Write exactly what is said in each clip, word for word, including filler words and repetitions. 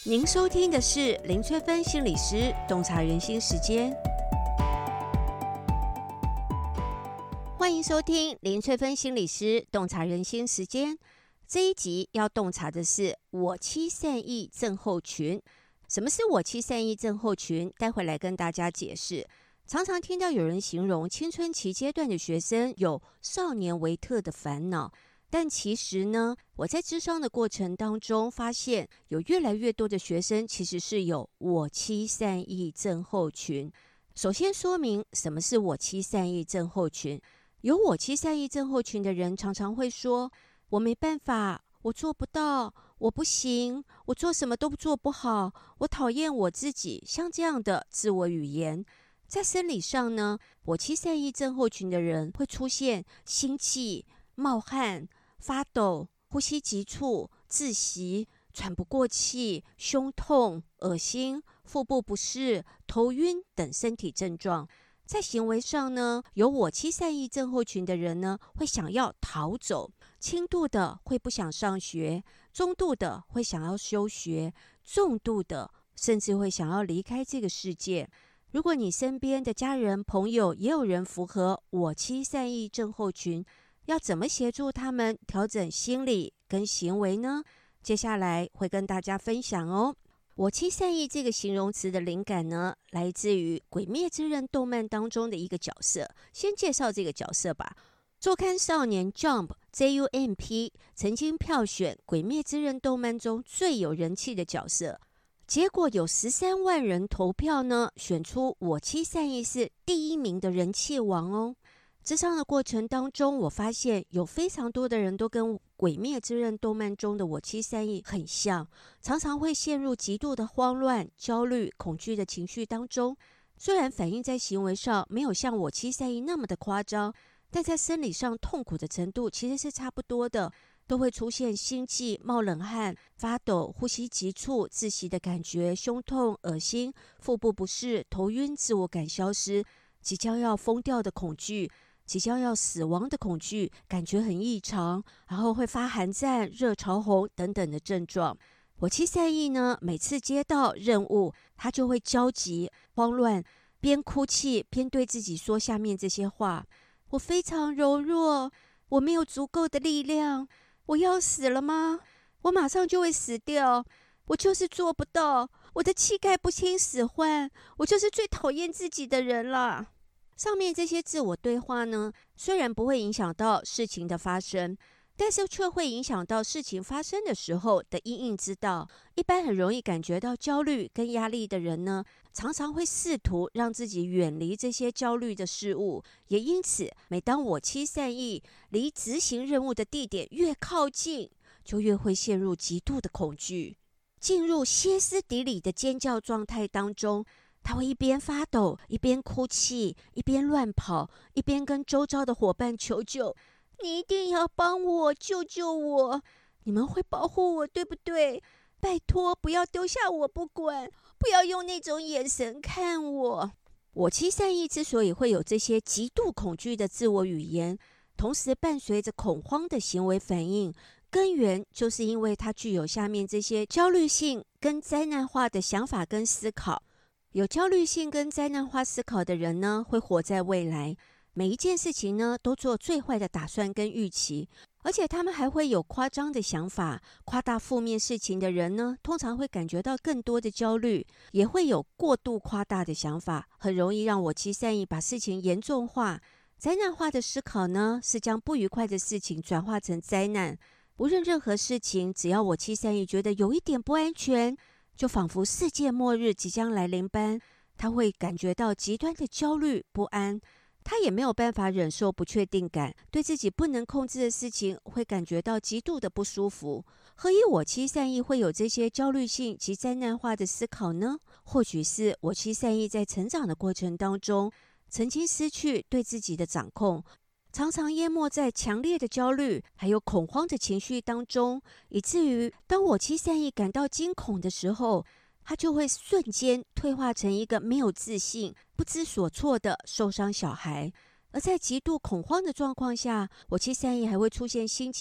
您收听的是林翠芬心理师洞察人心时间，欢迎收听林翠芬心理师洞察人心时间。这一集要洞察的是我妻善意症候群。什么是我妻善意症候群？待会来跟大家解释。常常听到有人形容青春期阶段的学生有少年维特的烦恼，但其实呢，我在諮商的过程当中发现，有越来越多的学生其实是有我妻善意症候群。首先说明什么是我妻善意症候群。有我妻善意症候群的人常常会说，我没办法，我做不到，我不行，我做什么都做不好，我讨厌我自己，像这样的自我语言。在生理上呢，我妻善意症候群的人会出现心悸、冒汗、发抖、呼吸急促、窒息、喘不过气、胸痛、恶心、腹部不适、头晕等身体症状。在行为上呢，有我妻善意症候群的人呢，会想要逃走，轻度的会不想上学，中度的会想要休学，重度的甚至会想要离开这个世界。如果你身边的家人朋友也有人符合我妻善意症候群，要怎么协助他们调整心理跟行为呢？接下来会跟大家分享哦。我妻善意这个形容词的灵感呢，来自于《鬼灭之刃》动漫当中的一个角色。先介绍这个角色吧。周刊少年 Jump J U M P 曾经票选《鬼灭之刃》动漫中最有人气的角色，结果有十三万人投票呢，选出我妻善意是第一名的人气王哦。諮商的过程当中，我发现有非常多的人都跟《鬼灭之刃》动漫中的我妻善意很像，常常会陷入极度的慌乱、焦虑、恐惧的情绪当中。虽然反应在行为上没有像我妻善意那么的夸张，但在生理上痛苦的程度其实是差不多的，都会出现心悸、冒冷汗、发抖、呼吸急促、窒息的感觉、胸痛、恶心、腹部不适、头晕、自我感消失、即将要疯掉的恐惧、即将要死亡的恐惧，感觉很异常，然后会发寒战、热潮红等等的症状。我妻善意呢，每次接到任务，他就会焦急、慌乱，边哭泣边对自己说下面这些话：我非常柔弱，我没有足够的力量，我要死了吗？我马上就会死掉，我就是做不到，我的气概不听使唤，我就是最讨厌自己的人了。上面这些自我对话呢，虽然不会影响到事情的发生，但是却会影响到事情发生的时候的因应之道。一般很容易感觉到焦虑跟压力的人呢，常常会试图让自己远离这些焦虑的事物，也因此每当我妻善意离执行任务的地点越靠近，就越会陷入极度的恐惧，进入歇斯底里的尖叫状态当中。他会一边发抖，一边哭泣，一边乱跑，一边跟周遭的伙伴求救：你一定要帮我，救救我，你们会保护我对不对？拜托不要丢下我不管，不要用那种眼神看我。我妻善意之所以会有这些极度恐惧的自我语言，同时伴随着恐慌的行为反应，根源就是因为他具有下面这些焦虑性跟灾难化的想法跟思考。有焦虑性跟灾难化思考的人呢，会活在未来，每一件事情呢都做最坏的打算跟预期，而且他们还会有夸张的想法。夸大负面事情的人呢，通常会感觉到更多的焦虑，也会有过度夸大的想法，很容易让我妻善意把事情严重化。灾难化的思考呢，是将不愉快的事情转化成灾难。无论任何事情，只要我妻善意觉得有一点不安全，就仿佛世界末日即将来临般，他会感觉到极端的焦虑不安。他也没有办法忍受不确定感，对自己不能控制的事情会感觉到极度的不舒服。何以我妻善意会有这些焦虑性及灾难化的思考呢？或许是我妻善意在成长的过程当中，曾经失去对自己的掌控，常常淹没在强烈的焦虑还有恐慌的情绪当中，以至于当我妻善意感到惊恐的时候，他就会瞬间退化成一个没有自信、不知所措的受伤小孩。而在极度恐慌的状况下，我妻善意还会出现心悸、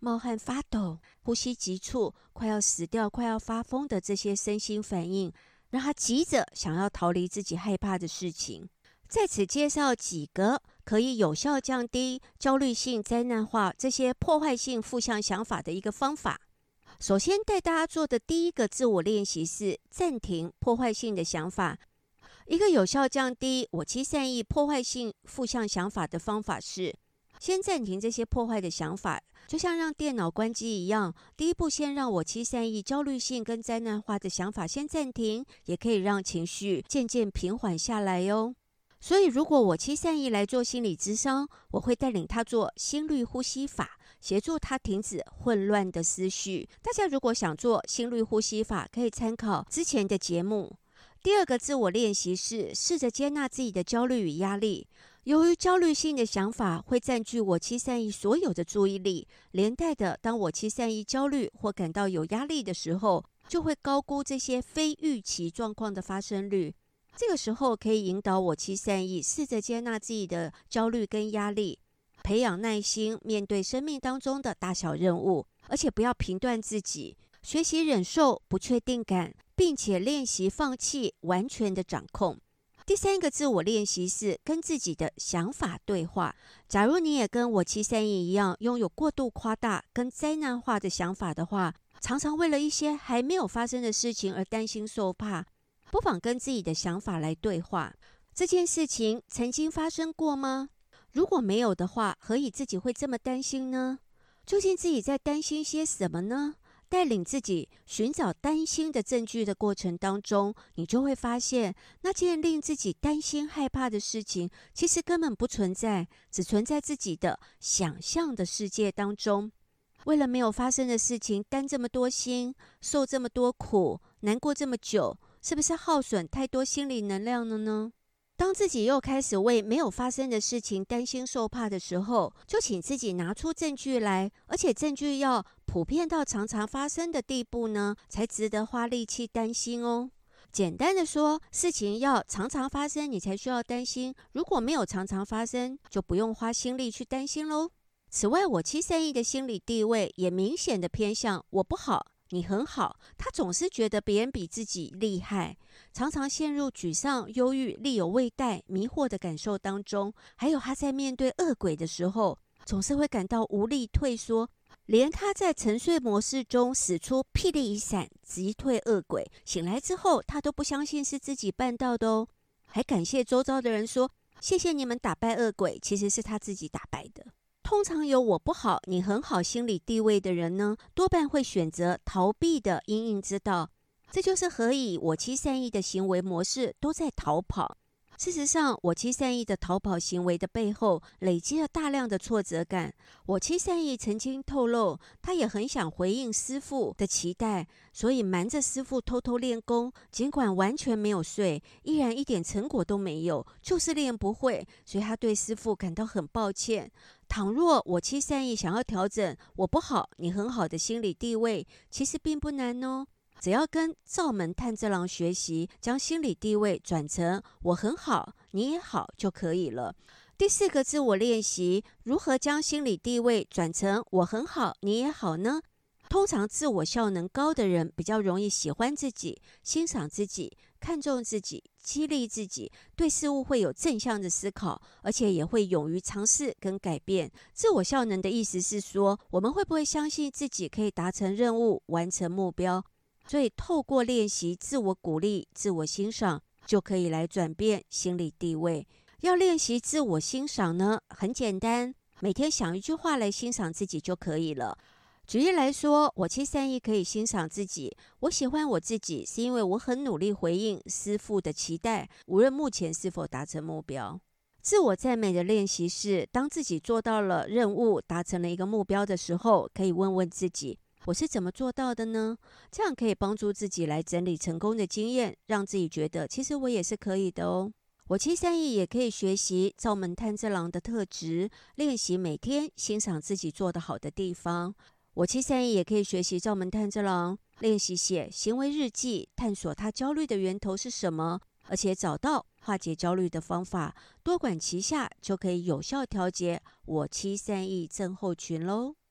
冒汗发抖、呼吸急促、快要死掉、快要发疯的这些身心反应，让他急着想要逃离自己害怕的事情。在此介绍几个可以有效降低焦虑性、灾难化这些破坏性负向想法的一个方法。首先带大家做的第一个自我练习是暂停破坏性的想法。一个有效降低我妻善意破坏性负向想法的方法是先暂停这些破坏的想法，就像让电脑关机一样。第一步，先让我妻善意焦虑性跟灾难化的想法先暂停，也可以让情绪渐渐平缓下来哟。所以如果我妻善意来做心理咨商，我会带领他做心律呼吸法，协助他停止混乱的思绪。大家如果想做心律呼吸法，可以参考之前的节目。第二个自我练习是试着接纳自己的焦虑与压力。由于焦虑性的想法会占据我妻善意所有的注意力，连带的当我妻善意焦虑或感到有压力的时候，就会高估这些非预期状况的发生率。这个时候可以引导我妻善意试着接纳自己的焦虑跟压力，培养耐心面对生命当中的大小任务，而且不要评断自己，学习忍受不确定感，并且练习放弃完全的掌控。第三个自我练习是跟自己的想法对话。假如你也跟我妻善意一样拥有过度夸大跟灾难化的想法的话，常常为了一些还没有发生的事情而担心受怕，不妨跟自己的想法来对话。这件事情曾经发生过吗？如果没有的话，何以自己会这么担心呢？究竟自己在担心些什么呢？带领自己寻找担心的证据的过程当中，你就会发现那件令自己担心害怕的事情其实根本不存在，只存在自己的想象的世界当中。为了没有发生的事情担这么多心，受这么多苦，难过这么久，是不是耗损太多心理能量了呢？当自己又开始为没有发生的事情担心受怕的时候，就请自己拿出证据来，而且证据要普遍到常常发生的地步呢，才值得花力气担心哦。简单的说，事情要常常发生，你才需要担心；如果没有常常发生，就不用花心力去担心喽。此外，我妻善意的心理地位也明显的偏向我不好，你很好。他总是觉得别人比自己厉害，常常陷入沮丧、忧郁、力有未逮、迷惑的感受当中。还有他在面对恶鬼的时候，总是会感到无力退缩，连他在沉睡模式中使出霹雳一闪，击退恶鬼，醒来之后他都不相信是自己办到的哦，还感谢周遭的人说谢谢你们打败恶鬼，其实是他自己打败的。通常有我不好你很好心理地位的人呢，多半会选择逃避的因应之道，这就是何以我妻善意的行为模式都在逃跑。事实上，我妻善意的逃跑行为的背后累积了大量的挫折感。我妻善意曾经透露，他也很想回应师父的期待，所以瞒着师父偷偷练功，尽管完全没有睡，依然一点成果都没有，就是练不会，所以他对师父感到很抱歉。倘若我妻善意想要调整我不好你很好的心理地位，其实并不难哦，只要跟灶门炭治郎学习，将心理地位转成我很好你也好就可以了。第四个自我练习，如何将心理地位转成我很好你也好呢？通常自我效能高的人比较容易喜欢自己、欣赏自己、看重自己、激励自己，对事物会有正向的思考，而且也会勇于尝试跟改变。自我效能的意思是说，我们会不会相信自己可以达成任务、完成目标？所以透过练习自我鼓励、自我欣赏，就可以来转变心理地位。要练习自我欣赏呢，很简单，每天想一句话来欣赏自己就可以了。举例来说，我妻善意可以欣赏自己，我喜欢我自己是因为我很努力回应师父的期待，无论目前是否达成目标。自我赞美的练习是，当自己做到了任务，达成了一个目标的时候，可以问问自己，我是怎么做到的呢？这样可以帮助自己来整理成功的经验，让自己觉得其实我也是可以的哦。我妻善意也可以学习灶门炭治郎的特质，练习每天欣赏自己做得好的地方。我妻善意也可以学习灶门炭治郎，练习写行为日记，探索他焦虑的源头是什么，而且找到化解焦虑的方法，多管齐下就可以有效调节我妻善意症候群咯。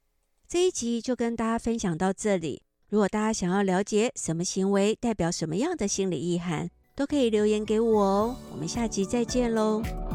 这一集就跟大家分享到这里。如果大家想要了解什么行为代表什么样的心理意涵，都可以留言给我哦。我们下集再见喽。